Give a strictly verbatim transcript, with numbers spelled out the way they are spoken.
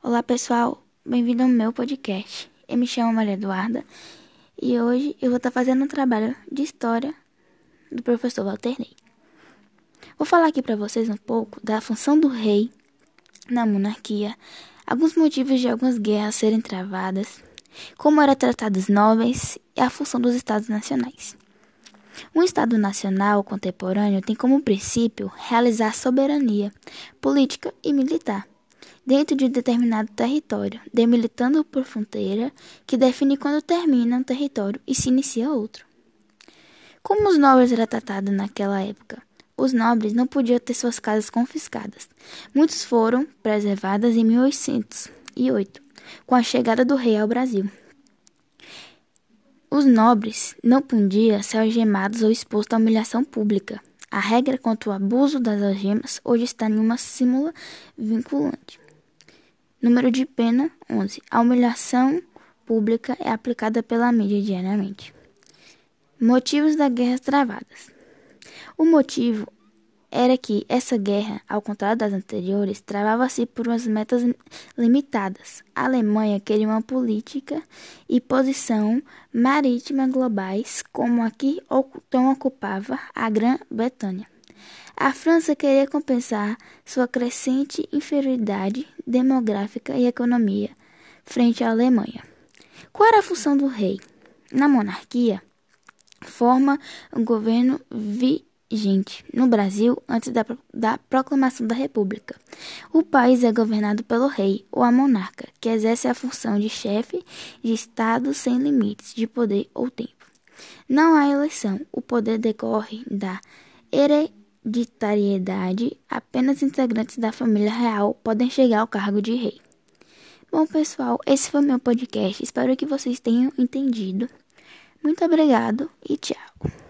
Olá pessoal, bem-vindo ao meu podcast. Eu me chamo Maria Eduarda e hoje eu vou estar fazendo um trabalho de história do professor Walter Ney. Vou falar aqui para vocês um pouco da função do rei na monarquia, alguns motivos de algumas guerras serem travadas, como eram tratados os nobres e a função dos estados nacionais. Um Estado nacional contemporâneo tem como princípio realizar soberania política e militar dentro de um determinado território, delimitando por fronteira, que define quando termina um território e se inicia outro. Como os nobres eram tratados naquela época? Os nobres não podiam ter suas casas confiscadas. Muitos foram preservadas em mil oitocentos e oito, com a chegada do rei ao Brasil. Os nobres não podiam ser algemados ou expostos à humilhação pública. A regra contra o abuso das algemas hoje está em uma súmula vinculante. Número de pena, onze. A humilhação pública é aplicada pela mídia diariamente. Motivos das guerras travadas. O motivo era que essa guerra, ao contrário das anteriores, travava-se por umas metas limitadas. A Alemanha queria uma política e posição marítima globais, como aqui então ocupava a Grã-Bretanha. A França queria compensar sua crescente inferioridade demográfica e economia frente à Alemanha. Qual era a função do rei? Na monarquia, forma um governo vigente. No Brasil, antes da, da proclamação da República, o país é governado pelo rei ou a monarca, que exerce a função de chefe de Estado sem limites de poder ou tempo. Não há eleição. O poder decorre da hereditariedade. Apenas integrantes da família real podem chegar ao cargo de rei. Bom, pessoal, esse foi meu podcast. Espero que vocês tenham entendido. Muito obrigado e tchau.